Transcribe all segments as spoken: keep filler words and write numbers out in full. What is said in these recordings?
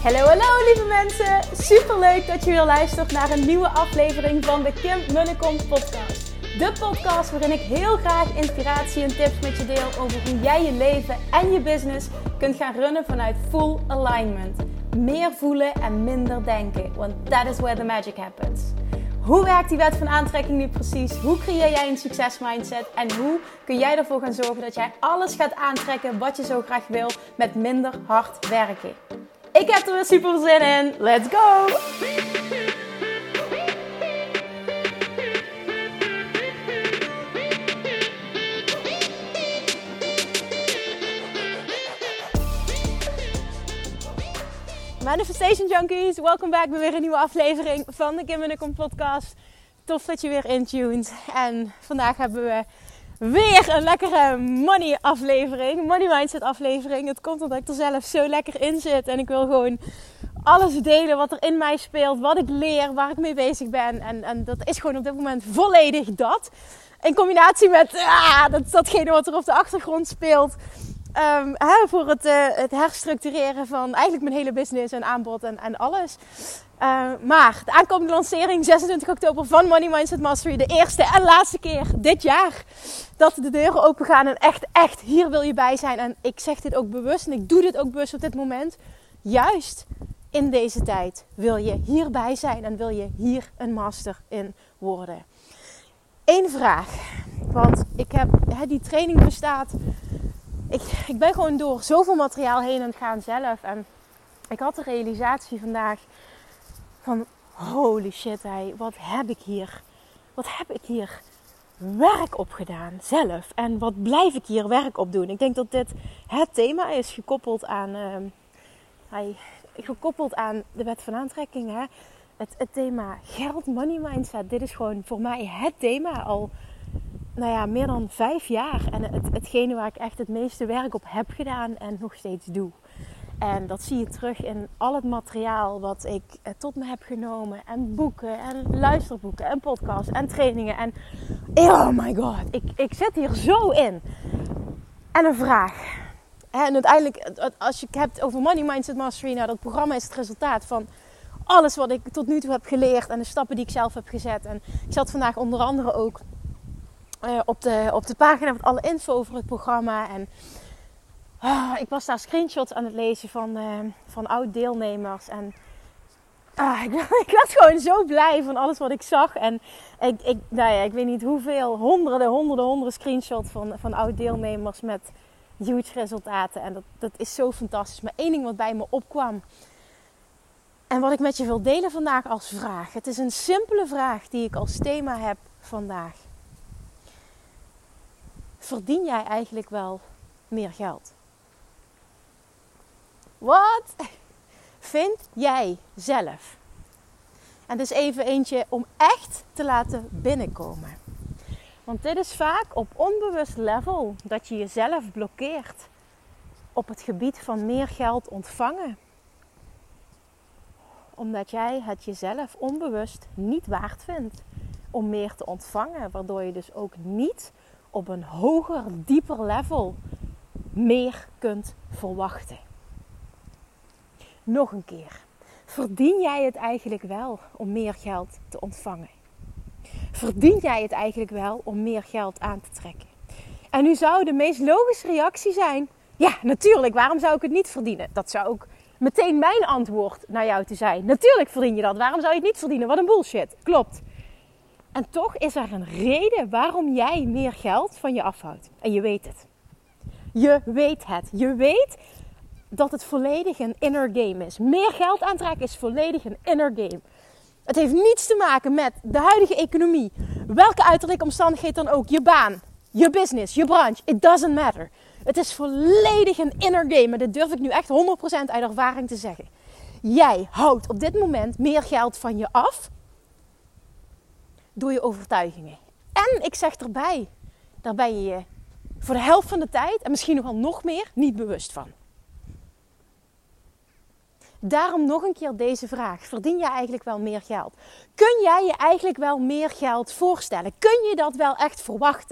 Hallo, hallo lieve mensen. Super leuk dat je weer luistert naar een nieuwe aflevering van de Kim Munnekom podcast. De podcast waarin ik heel graag inspiratie en tips met je deel over hoe jij je leven en je business kunt gaan runnen vanuit full alignment. Meer voelen en minder denken, want that is where the magic happens. Hoe werkt die wet van aantrekking nu precies? Hoe creëer jij een succesmindset? En hoe kun jij ervoor gaan zorgen dat jij alles gaat aantrekken wat je zo graag wil met minder hard werken? Ik heb er weer super zin in. Let's go! Manifestation Junkies, welkom back bij weer een nieuwe aflevering van de Kim Munnekom podcast. Tof dat je weer intuned. En vandaag hebben we weer een lekkere money aflevering, money mindset aflevering. Het komt omdat ik er zelf zo lekker in zit en ik wil gewoon alles delen wat er in mij speelt, wat ik leer, waar ik mee bezig ben. En, en dat is gewoon op dit moment volledig dat. In combinatie met ah, dat, datgene wat er op de achtergrond speelt. Um, hè, voor het, uh, het herstructureren van eigenlijk mijn hele business en aanbod en, en alles. Uh, maar de aankomende lancering zesentwintig oktober van Money Mindset Mastery. De eerste en laatste keer dit jaar dat de deuren open gaan. En echt, echt, hier wil je bij zijn. En ik zeg dit ook bewust en ik doe dit ook bewust op dit moment. Juist in deze tijd wil je hierbij zijn en wil je hier een master in worden. Eén vraag. Want ik heb, hè, die training bestaat... Ik, ik ben gewoon door zoveel materiaal heen aan het gaan zelf. En ik had de realisatie vandaag van holy shit, hey, wat heb ik hier? Wat heb ik hier werk op gedaan zelf? En wat blijf ik hier werk op doen? Ik denk dat dit het thema is gekoppeld aan, uh, hey, gekoppeld aan de wet van aantrekking. Hè? Het, het thema geld, money mindset. Dit is gewoon voor mij het thema al... Nou ja, meer dan vijf jaar. En het, hetgene waar ik echt het meeste werk op heb gedaan en nog steeds doe. En dat zie je terug in al het materiaal wat ik eh, tot me heb genomen. En boeken en luisterboeken en podcasts en trainingen. En oh my god, ik, ik zit hier zo in. En een vraag. En uiteindelijk, als je het hebt over Money Mindset Mastery. Nou, dat programma is het resultaat van alles wat ik tot nu toe heb geleerd. En de stappen die ik zelf heb gezet. En ik zat vandaag onder andere ook... Uh, op, de, op de pagina met alle info over het programma. En uh, ik was daar screenshots aan het lezen van, uh, van oud-deelnemers. En uh, ik, ik was gewoon zo blij van alles wat ik zag. En ik, ik, nou ja, ik weet niet hoeveel, honderden, honderden, honderden screenshots van, van oud-deelnemers met huge resultaten. En dat, dat is zo fantastisch. Maar één ding wat bij me opkwam. En wat ik met je wil delen vandaag als vraag. Het is een simpele vraag die ik als thema heb vandaag. Verdien jij eigenlijk wel meer geld? Wat vind jij zelf? En dus even eentje om echt te laten binnenkomen. Want dit is vaak op onbewust level dat je jezelf blokkeert op het gebied van meer geld ontvangen. Omdat jij het jezelf onbewust niet waard vindt om meer te ontvangen. Waardoor je dus ook niet op een hoger, dieper level meer kunt verwachten. Nog een keer. Verdien jij het eigenlijk wel om meer geld te ontvangen? Verdien jij het eigenlijk wel om meer geld aan te trekken? En nu zou de meest logische reactie zijn... Ja, natuurlijk, waarom zou ik het niet verdienen? Dat zou ook meteen mijn antwoord naar jou te zijn. Natuurlijk verdien je dat, waarom zou je het niet verdienen? Wat een bullshit, klopt. En toch is er een reden waarom jij meer geld van je afhoudt. En je weet het. Je weet het. Je weet dat het volledig een inner game is. Meer geld aantrekken is volledig een inner game. Het heeft niets te maken met de huidige economie. Welke uiterlijke omstandigheid dan ook. Je baan, je business, je branche. It doesn't matter. Het is volledig een inner game. En dat durf ik nu echt honderd procent uit ervaring te zeggen. Jij houdt op dit moment meer geld van je af... door je overtuigingen. En ik zeg erbij, daar ben je je voor de helft van de tijd, en misschien nog wel nog meer, niet bewust van. Daarom nog een keer deze vraag. Verdien jij eigenlijk wel meer geld? Kun jij je eigenlijk wel meer geld voorstellen? Kun je dat wel echt verwachten?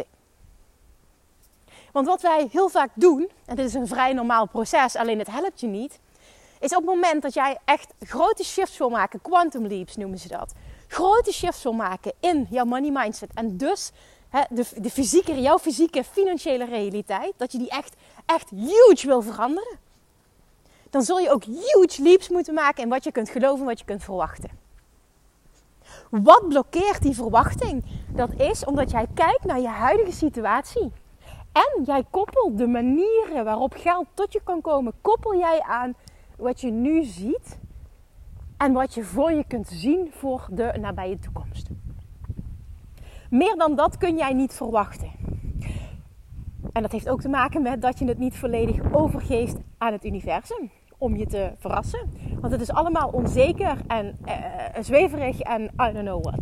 Want wat wij heel vaak doen, en dit is een vrij normaal proces, alleen het helpt je niet, is op het moment dat jij echt grote shifts wil maken, quantum leaps noemen ze dat. Grote shifts wil maken in jouw money mindset. En dus hè, de, de fysieke, jouw fysieke financiële realiteit. Dat je die echt, echt huge wil veranderen. Dan zul je ook huge leaps moeten maken in wat je kunt geloven, wat je kunt verwachten. Wat blokkeert die verwachting? Dat is omdat jij kijkt naar je huidige situatie. En jij koppelt de manieren waarop geld tot je kan komen, koppel jij aan wat je nu ziet en wat je voor je kunt zien voor de nabije toekomst. Meer dan dat kun jij niet verwachten. En dat heeft ook te maken met dat je het niet volledig overgeeft aan het universum om je te verrassen. Want het is allemaal onzeker en uh, zweverig en I don't know what.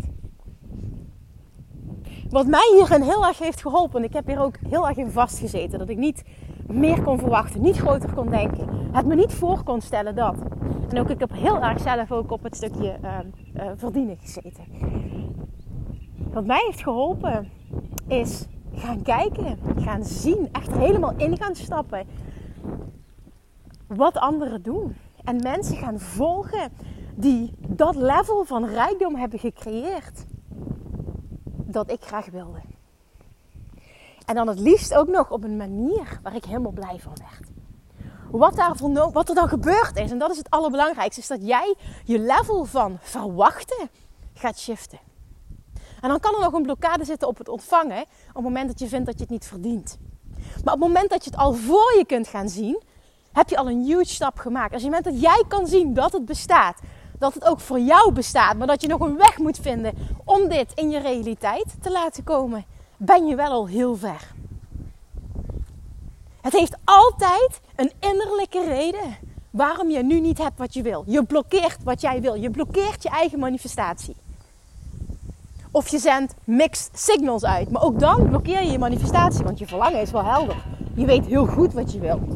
Wat mij hierin heel erg heeft geholpen, en ik heb hier ook heel erg in vastgezeten, dat ik niet meer kon verwachten, niet groter kon denken, het me niet voor kon stellen dat. En ook ik heb heel erg zelf ook op het stukje uh, uh, verdienen gezeten. Wat mij heeft geholpen is gaan kijken, gaan zien, echt helemaal in gaan stappen wat anderen doen. En mensen gaan volgen die dat level van rijkdom hebben gecreëerd dat ik graag wilde. En dan het liefst ook nog op een manier waar ik helemaal blij van werd. Wat, daarvoor no- wat er dan gebeurd is, en dat is het allerbelangrijkste, is dat jij je level van verwachten gaat shiften. En dan kan er nog een blokkade zitten op het ontvangen, op het moment dat je vindt dat je het niet verdient. Maar op het moment dat je het al voor je kunt gaan zien, heb je al een huge stap gemaakt. Als je moment dat jij kan zien dat het bestaat, dat het ook voor jou bestaat, maar dat je nog een weg moet vinden om dit in je realiteit te laten komen, ben je wel al heel ver. Het heeft altijd een innerlijke reden waarom je nu niet hebt wat je wil. Je blokkeert wat jij wil. Je blokkeert je eigen manifestatie. Of je zendt mixed signals uit. Maar ook dan blokkeer je je manifestatie, want je verlangen is wel helder. Je weet heel goed wat je wil.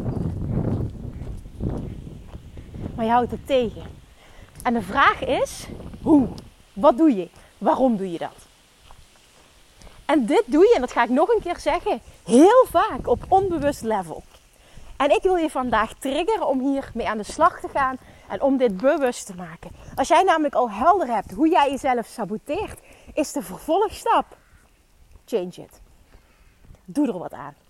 Maar je houdt het tegen. En de vraag is, hoe? Wat doe je? Waarom doe je dat? En dit doe je, en dat ga ik nog een keer zeggen, heel vaak op onbewust level. En ik wil je vandaag triggeren om hier mee aan de slag te gaan en om dit bewust te maken. Als jij namelijk al helder hebt hoe jij jezelf saboteert, is de vervolgstap, change it. Doe er wat aan.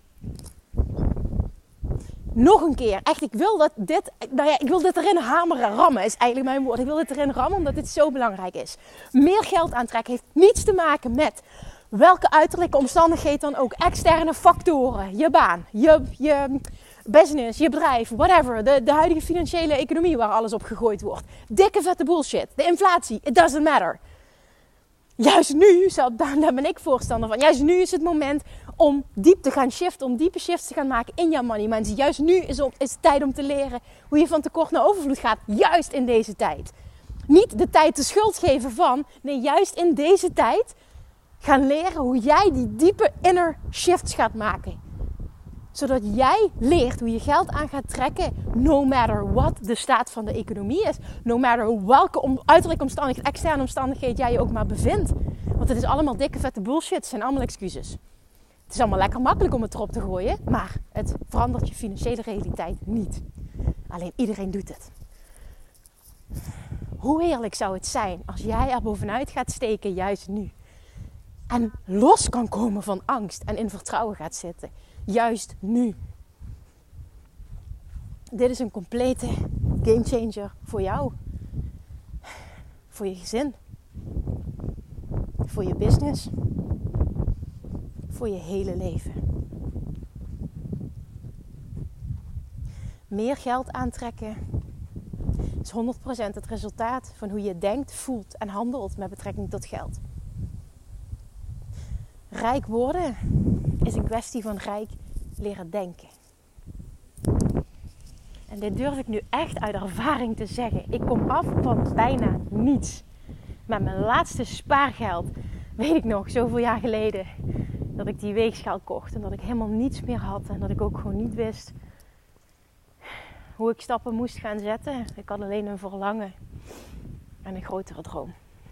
Nog een keer, echt, ik wil dat dit, nou ja, ik wil dit erin hameren, rammen is eigenlijk mijn woord. Ik wil dit erin rammen omdat dit zo belangrijk is. Meer geld aantrekken heeft niets te maken met welke uiterlijke omstandigheden dan ook. Externe factoren, je baan, je, je business, je bedrijf, whatever. De, de huidige financiële economie waar alles op gegooid wordt. Dikke vette bullshit, de inflatie, it doesn't matter. Juist nu, daar ben ik voorstander van, juist nu is het moment om diep te gaan shiften, om diepe shifts te gaan maken in jouw money mindset. Juist nu is het, is het tijd om te leren hoe je van tekort naar overvloed gaat, juist in deze tijd. Niet de tijd de schuld geven van, nee, juist in deze tijd gaan leren hoe jij die diepe inner shifts gaat maken. Zodat jij leert hoe je geld aan gaat trekken, no matter what de staat van de economie is. No matter welke om, uiterlijke omstandigheid, externe omstandigheid jij je ook maar bevindt. Want het is allemaal dikke vette bullshit, het zijn allemaal excuses. Het is allemaal lekker makkelijk om het erop te gooien, maar het verandert je financiële realiteit niet. Alleen iedereen doet het. Hoe heerlijk zou het zijn als jij er bovenuit gaat steken juist nu. En los kan komen van angst en in vertrouwen gaat zitten. Juist nu. Dit is een complete gamechanger voor jou. Voor je gezin. Voor je business. Voor je hele leven. Meer geld aantrekken is honderd procent het resultaat van hoe je denkt, voelt en handelt met betrekking tot geld. Rijk worden is een kwestie van rijk leren denken. En dit durf ik nu echt uit ervaring te zeggen. Ik kom af van bijna niets. Met mijn laatste spaargeld, weet ik nog, zoveel jaar geleden, dat ik die weegschaal kocht. En dat ik helemaal niets meer had. En dat ik ook gewoon niet wist hoe ik stappen moest gaan zetten. Ik had alleen een verlangen en een grotere droom.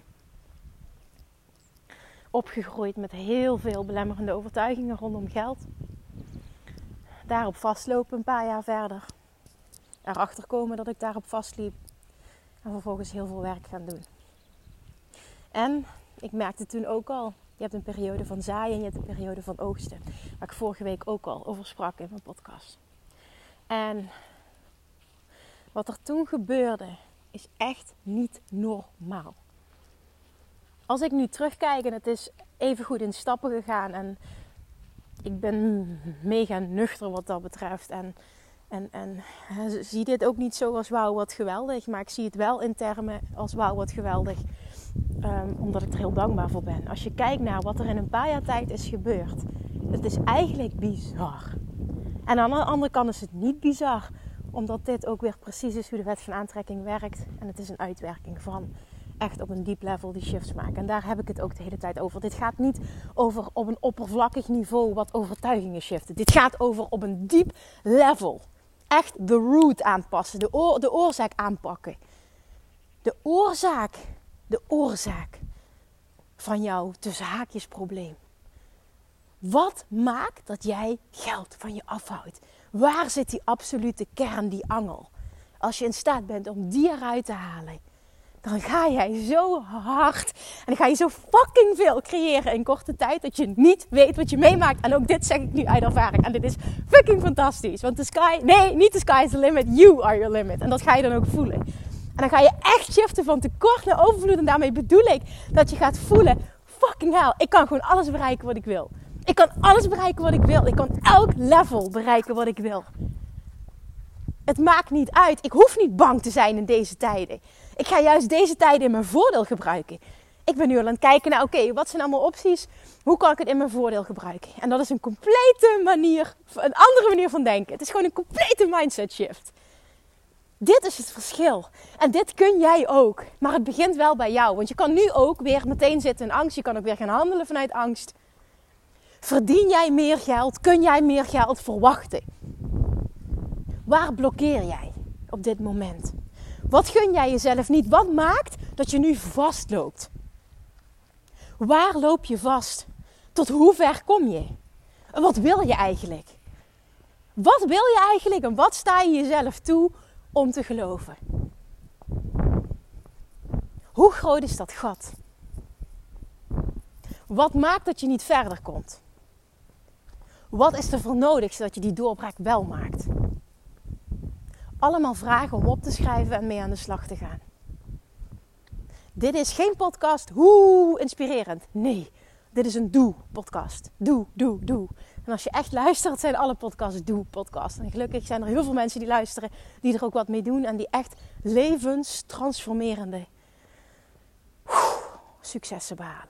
Opgegroeid met heel veel belemmerende overtuigingen rondom geld. Daarop vastlopen een paar jaar verder. erachter komen dat ik daarop vastliep. En vervolgens heel veel werk gaan doen. En ik merkte toen ook al, je hebt een periode van zaaien en je hebt een periode van oogsten. Waar ik vorige week ook al over sprak in mijn podcast. En wat er toen gebeurde is echt niet normaal. Als ik nu terugkijk en het is even goed in stappen gegaan. En ik ben mega nuchter wat dat betreft. En, en, en zie dit ook niet zo als wauw wat geweldig. Maar ik zie het wel in termen als wauw wat geweldig. Um, omdat ik er heel dankbaar voor ben. Als je kijkt naar wat er in een paar jaar tijd is gebeurd. Het is eigenlijk bizar. En aan de andere kant is het niet bizar. Omdat dit ook weer precies is hoe de wet van aantrekking werkt. En het is een uitwerking van echt op een diep level die shifts maken. En daar heb ik het ook de hele tijd over. Dit gaat niet over op een oppervlakkig niveau wat overtuigingen shiften. Dit gaat over op een diep level. Echt de root aanpassen. De, oor, de oorzaak aanpakken. De oorzaak. De oorzaak van jouw tussen haakjes probleem. Wat maakt dat jij geld van je afhoudt? Waar zit die absolute kern, die angel? Als je in staat bent om die eruit te halen, dan ga jij zo hard en dan ga je zo fucking veel creëren in korte tijd dat je niet weet wat je meemaakt. En ook dit zeg ik nu uit ervaring. En dit is fucking fantastisch. Want de sky, nee, niet de sky is the limit. You are your limit. En dat ga je dan ook voelen. En dan ga je echt shiften van tekort naar overvloed. En daarmee bedoel ik dat je gaat voelen, fucking hell, ik kan gewoon alles bereiken wat ik wil. Ik kan alles bereiken wat ik wil. Ik kan elk level bereiken wat ik wil. Het maakt niet uit. Ik hoef niet bang te zijn in deze tijden. Ik ga juist deze tijden in mijn voordeel gebruiken. Ik ben nu al aan het kijken naar, oké, okay, wat zijn allemaal opties? Hoe kan ik het in mijn voordeel gebruiken? En dat is een complete manier, een andere manier van denken. Het is gewoon een complete mindset shift. Dit is het verschil. En dit kun jij ook. Maar het begint wel bij jou. Want je kan nu ook weer meteen zitten in angst. Je kan ook weer gaan handelen vanuit angst. Verdien jij meer geld? Kun jij meer geld verwachten? Waar blokkeer jij op dit moment? Wat gun jij jezelf niet? Wat maakt dat je nu vastloopt? Waar loop je vast? Tot hoe ver kom je? En wat wil je eigenlijk? Wat wil je eigenlijk en wat sta je jezelf toe om te geloven? Hoe groot is dat gat? Wat maakt dat je niet verder komt? Wat is er voor nodig zodat je die doorbraak wel maakt? Allemaal vragen om op te schrijven en mee aan de slag te gaan. Dit is geen podcast, hoe inspirerend. Nee, dit is een doe-podcast. Doe, doe, doe. En als je echt luistert, zijn alle podcasts doe-podcasts. En gelukkig zijn er heel veel mensen die luisteren, die er ook wat mee doen. En die echt levenstransformerende successen behalen.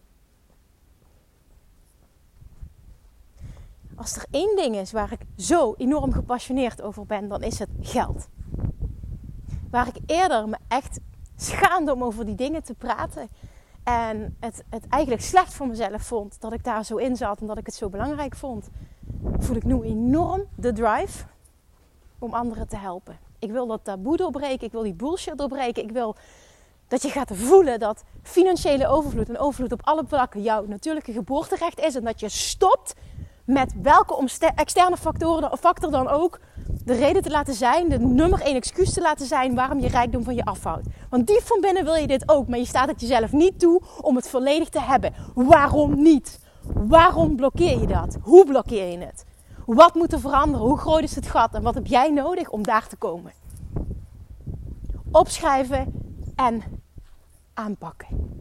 Als er één ding is waar ik zo enorm gepassioneerd over ben, dan is het geld. Waar ik eerder me echt schaamde om over die dingen te praten. En het, het eigenlijk slecht voor mezelf vond dat ik daar zo in zat en dat ik het zo belangrijk vond. Voel ik nu enorm de drive om anderen te helpen. Ik wil dat taboe doorbreken, ik wil die bullshit doorbreken. Ik wil dat je gaat voelen dat financiële overvloed en overvloed op alle vlakken jouw natuurlijke geboorterecht is. En dat je stopt met welke omste- externe factoren, factor dan ook de reden te laten zijn, de nummer één excuus te laten zijn waarom je rijkdom van je afhoudt. Want diep van binnen wil je dit ook, maar je staat het jezelf niet toe om het volledig te hebben. Waarom niet? Waarom blokkeer je dat? Hoe blokkeer je het? Wat moet er veranderen? Hoe groot is het gat? En wat heb jij nodig om daar te komen? Opschrijven en aanpakken.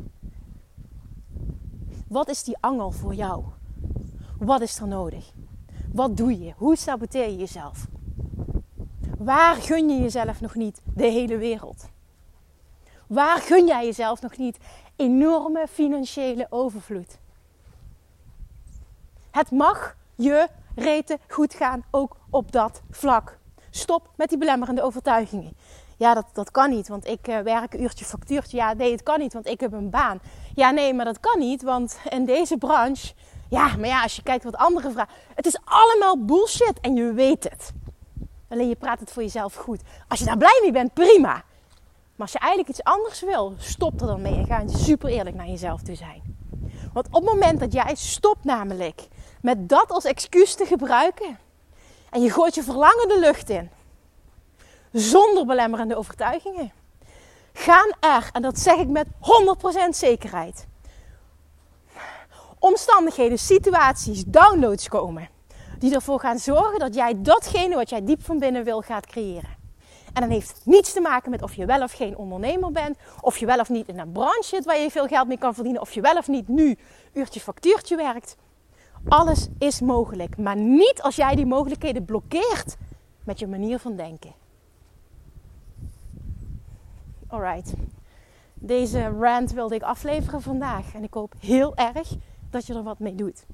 Wat is die angel voor jou? Wat is er nodig? Wat doe je? Hoe saboteer je jezelf? Waar gun je jezelf nog niet de hele wereld? Waar gun jij jezelf nog niet enorme financiële overvloed? Het mag je rete goed gaan, ook op dat vlak. Stop met die belemmerende overtuigingen. Ja, dat, dat kan niet, want ik uh, werk een uurtje factuurtje. Ja, nee, het kan niet, want ik heb een baan. Ja, nee, maar dat kan niet, want in deze branche... Ja, maar ja, als je kijkt wat anderen vragen... Het is allemaal bullshit en je weet het. Alleen je praat het voor jezelf goed. Als je daar blij mee bent, prima. Maar als je eigenlijk iets anders wil, stop er dan mee en ga super eerlijk naar jezelf toe zijn. Want op het moment dat jij stopt namelijk met dat als excuus te gebruiken... en je gooit je verlangen de lucht in... zonder belemmerende overtuigingen, gaan er, en dat zeg ik met honderd procent zekerheid, omstandigheden, situaties, downloads komen die ervoor gaan zorgen dat jij datgene wat jij diep van binnen wil gaat creëren. En dan heeft het niets te maken met of je wel of geen ondernemer bent, of je wel of niet in een branche zit waar je veel geld mee kan verdienen, of je wel of niet nu uurtje factuurtje werkt. Alles is mogelijk, maar niet als jij die mogelijkheden blokkeert met je manier van denken. Alright, deze rant wilde ik afleveren vandaag en ik hoop heel erg dat je er wat mee doet.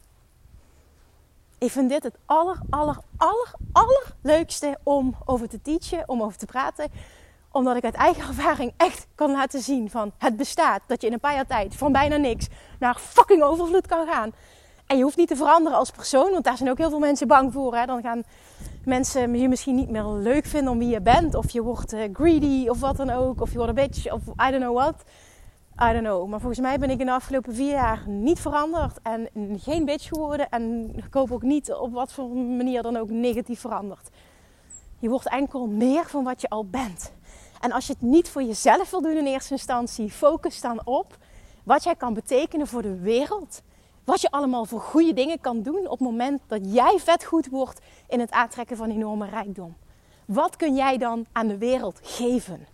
Ik vind dit het aller, aller, aller, allerleukste om over te teachen, om over te praten. Omdat ik uit eigen ervaring echt kan laten zien van het bestaat. Dat je in een paar jaar tijd van bijna niks naar fucking overvloed kan gaan. En je hoeft niet te veranderen als persoon, want daar zijn ook heel veel mensen bang voor. Hè? Dan gaan mensen je misschien niet meer leuk vinden om wie je bent. Of je wordt uh, greedy of wat dan ook. Of je wordt een bitch of I don't know what. I don't know. Maar volgens mij ben ik in de afgelopen vier jaar niet veranderd. En geen bitch geworden. En ik hoop ook niet op wat voor manier dan ook negatief veranderd. Je wordt enkel meer van wat je al bent. En als je het niet voor jezelf wil doen in eerste instantie, focus dan op wat jij kan betekenen voor de wereld. Wat je allemaal voor goede dingen kan doen op het moment dat jij vet goed wordt in het aantrekken van enorme rijkdom. Wat kun jij dan aan de wereld geven?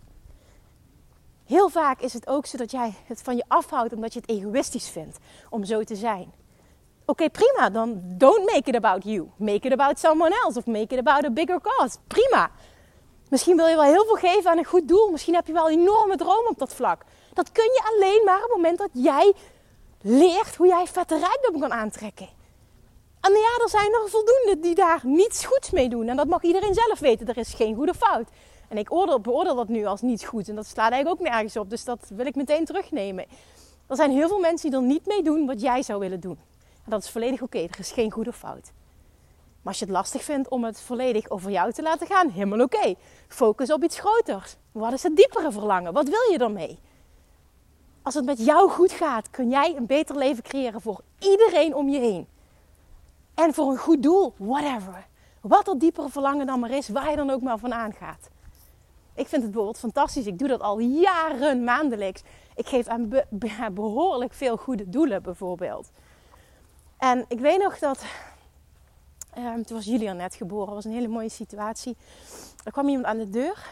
Heel vaak is het ook zo dat jij het van je afhoudt omdat je het egoïstisch vindt om zo te zijn. Oké, okay, prima, dan don't make it about you. Make it about someone else of make it about a bigger cause. Prima. Misschien wil je wel heel veel geven aan een goed doel. Misschien heb je wel een enorme droom op dat vlak. Dat kun je alleen maar op het moment dat jij leert hoe jij vette rijkdom kan aantrekken. En ja, er zijn er voldoende die daar niets goeds mee doen. En dat mag iedereen zelf weten. Er is geen goede fout. En ik oordeel, beoordeel dat nu als niets goed. En dat slaat eigenlijk ook nergens op. Dus dat wil ik meteen terugnemen. Er zijn heel veel mensen die er niet mee doen wat jij zou willen doen. En dat is volledig oké. Okay. Er is geen goede fout. Maar als je het lastig vindt om het volledig over jou te laten gaan, helemaal oké. Okay. Focus op iets groters. Wat is het diepere verlangen? Wat wil je ermee? Als het met jou goed gaat, kun jij een beter leven creëren voor iedereen om je heen. En voor een goed doel, whatever. Wat dat diepere verlangen dan maar is, waar je dan ook maar van aangaat. Ik vind het bijvoorbeeld fantastisch. Ik doe dat al jaren maandelijks. Ik geef aan be- be- behoorlijk veel goede doelen bijvoorbeeld. En ik weet nog dat... Uh, toen was Julian net geboren. Dat was een hele mooie situatie. Er kwam iemand aan de deur.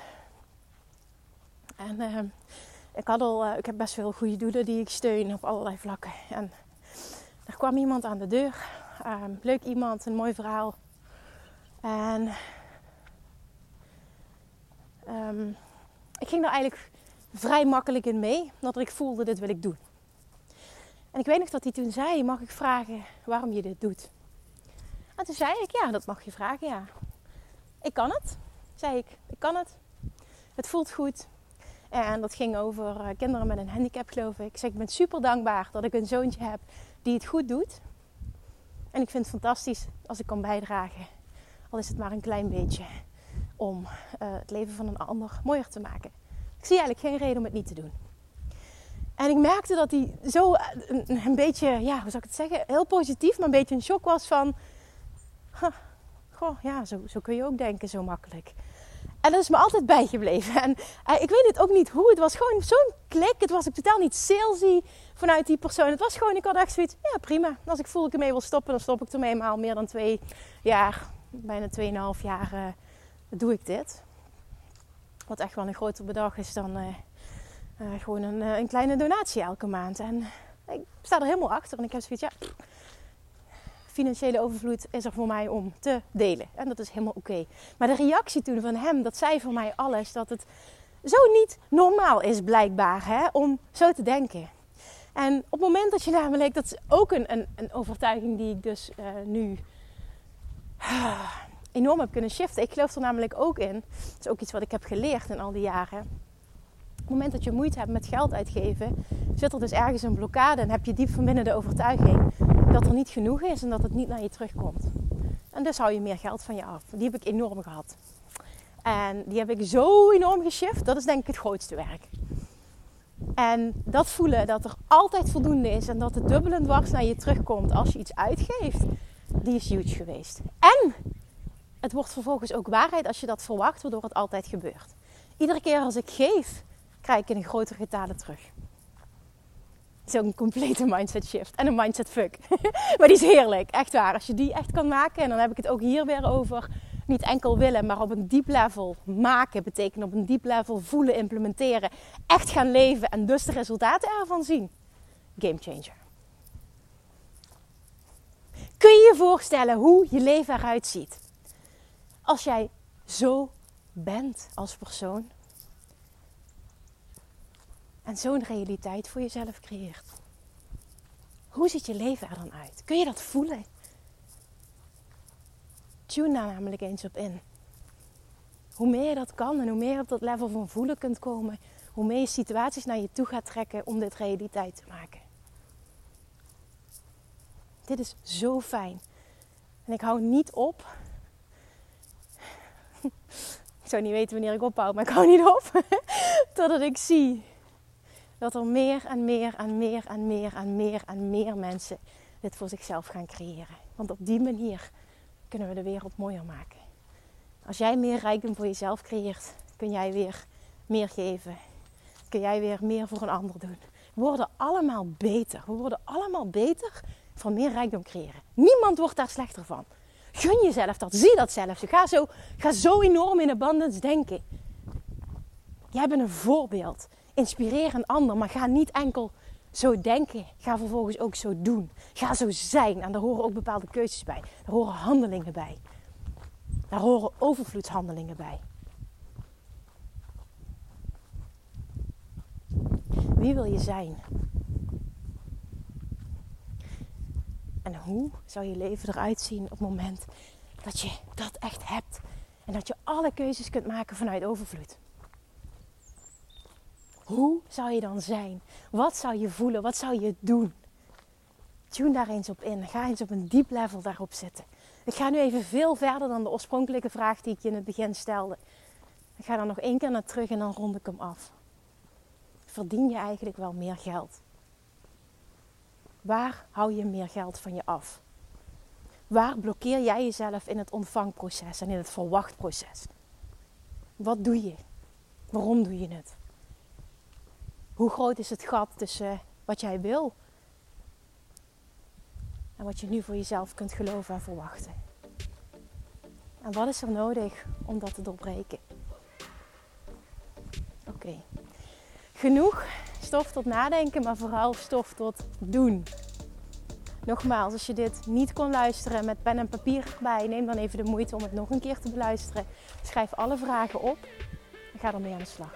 En uh, ik, had al, uh, ik heb best veel goede doelen die ik steun op allerlei vlakken. En er kwam iemand aan de deur. Uh, leuk iemand, een mooi verhaal. En um, ik ging daar eigenlijk vrij makkelijk in mee. Dat ik voelde, dit wil ik doen. En ik weet nog dat hij toen zei, mag ik vragen waarom je dit doet? En toen zei ik, ja, dat mag je vragen, ja. Ik kan het, zei ik. Ik kan het. Het voelt goed. En dat ging over uh, kinderen met een handicap, geloof ik. Ik zeg, ik ben super dankbaar dat ik een zoontje heb die het goed doet. En ik vind het fantastisch als ik kan bijdragen. Al is het maar een klein beetje. Om uh, het leven van een ander mooier te maken. Ik zie eigenlijk geen reden om het niet te doen. En ik merkte dat hij zo een, een beetje, ja, hoe zou ik het zeggen? Heel positief, maar een beetje een shock was van... Huh, goh, ja, zo, zo kun je ook denken, zo makkelijk. En dat is me altijd bijgebleven. En uh, ik weet het ook niet hoe. Het was gewoon zo'n klik. Het was ik totaal niet salesy vanuit die persoon. Het was gewoon, ik had echt zoiets, ja prima. Als ik voel dat ik ermee wil stoppen, dan stop ik ermee. Maar al meer dan twee jaar, bijna tweeënhalf jaar, uh, doe ik dit. Wat echt wel een groter bedrag is dan uh, uh, gewoon een, uh, een kleine donatie elke maand. En uh, ik sta er helemaal achter. En ik heb zoiets, ja... Pff, financiële overvloed is er voor mij om te delen. En dat is helemaal oké. Okay. Maar de reactie toen van hem, dat zei voor mij alles. Dat het zo niet normaal is blijkbaar, hè, om zo te denken. En op het moment dat je namelijk... Dat is ook een, een, een overtuiging die ik dus uh, nu uh, enorm heb kunnen shiften. Ik geloof er namelijk ook in. Dat is ook iets wat ik heb geleerd in al die jaren. Op het moment dat je moeite hebt met geld uitgeven, zit er dus ergens een blokkade. En heb je diep van binnen de overtuiging dat er niet genoeg is en dat het niet naar je terugkomt. En dus hou je meer geld van je af. Die heb ik enorm gehad. En die heb ik zo enorm geshift. Dat is denk ik het grootste werk. En dat voelen dat er altijd voldoende is en dat het dubbel en dwars naar je terugkomt als je iets uitgeeft, die is huge geweest. En het wordt vervolgens ook waarheid als je dat verwacht, waardoor het altijd gebeurt. Iedere keer als ik geef, krijg ik in een grotere getale terug. Zo'n complete mindset shift. En een mindset fuck. Maar die is heerlijk. Echt waar. Als je die echt kan maken. En dan heb ik het ook hier weer over. Niet enkel willen, maar op een diep level maken. Betekent op een diep level voelen, implementeren. Echt gaan leven. En dus de resultaten ervan zien. Game changer. Kun je je voorstellen hoe je leven eruit ziet? Als jij zo bent als persoon. En zo'n realiteit voor jezelf creëert. Hoe ziet je leven er dan uit? Kun je dat voelen? Tune daar namelijk eens op in. Hoe meer je dat kan en hoe meer je op dat level van voelen kunt komen, hoe meer je situaties naar je toe gaat trekken om dit realiteit te maken. Dit is zo fijn. En ik hou niet op. Ik zou niet weten wanneer ik ophoud, maar ik hou niet op. Totdat ik zie dat er meer en meer en meer en meer en meer en meer mensen dit voor zichzelf gaan creëren. Want op die manier kunnen we de wereld mooier maken. Als jij meer rijkdom voor jezelf creëert, kun jij weer meer geven. Kun jij weer meer voor een ander doen. We worden allemaal beter. We worden allemaal beter van meer rijkdom creëren. Niemand wordt daar slechter van. Gun jezelf dat. Zie dat zelfs. Ga zo, ga zo enorm in abundance denken. Jij bent een voorbeeld. Inspireer een ander, maar ga niet enkel zo denken. Ga vervolgens ook zo doen. Ga zo zijn. En daar horen ook bepaalde keuzes bij. Daar horen handelingen bij. Daar horen overvloedshandelingen bij. Wie wil je zijn? En hoe zou je leven eruit zien op het moment dat je dat echt hebt? En dat je alle keuzes kunt maken vanuit overvloed. Hoe zou je dan zijn? Wat zou je voelen? Wat zou je doen? Tune daar eens op in. Ga eens op een diep level daarop zitten. Ik ga nu even veel verder dan de oorspronkelijke vraag die ik je in het begin stelde. Ik ga dan nog één keer naar terug en dan rond ik hem af. Verdien je eigenlijk wel meer geld? Waar hou je meer geld van je af? Waar blokkeer jij jezelf in het ontvangproces en in het verwachtproces? Wat doe je? Waarom doe je het? Hoe groot is het gat tussen wat jij wil en wat je nu voor jezelf kunt geloven en verwachten? En wat is er nodig om dat te doorbreken? Oké. Okay. Genoeg stof tot nadenken, maar vooral stof tot doen. Nogmaals, als je dit niet kon luisteren met pen en papier erbij, neem dan even de moeite om het nog een keer te beluisteren. Schrijf alle vragen op en ga ermee aan de slag.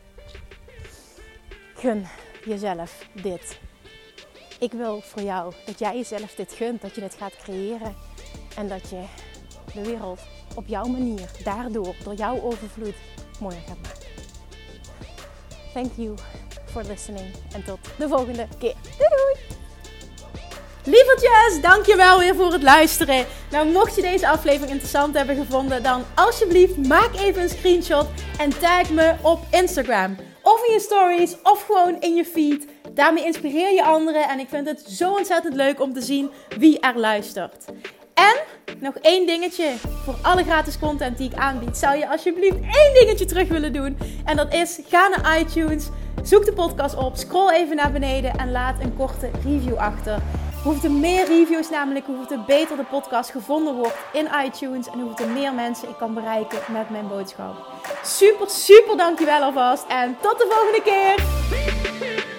Gun jezelf dit. Ik wil voor jou dat jij jezelf dit gunt, dat je dit gaat creëren en dat je de wereld op jouw manier, daardoor, door jouw overvloed, mooier gaat maken. Thank you for listening en tot de volgende keer. Doei doei! Lievertjes, dankjewel weer voor het luisteren. Nou, mocht je deze aflevering interessant hebben gevonden, dan alsjeblieft maak even een screenshot en tag me op Instagram. Of in je stories, of gewoon in je feed. Daarmee inspireer je anderen en ik vind het zo ontzettend leuk om te zien wie er luistert. En nog één dingetje voor alle gratis content die ik aanbied. Zou je alsjeblieft één dingetje terug willen doen? En dat is, ga naar iTunes, zoek de podcast op, scroll even naar beneden en laat een korte review achter. Hoeveel te meer reviews namelijk, hoeveel te beter de podcast gevonden wordt in iTunes. En hoeveel te meer mensen ik kan bereiken met mijn boodschap. Super, super dankjewel alvast. En tot de volgende keer.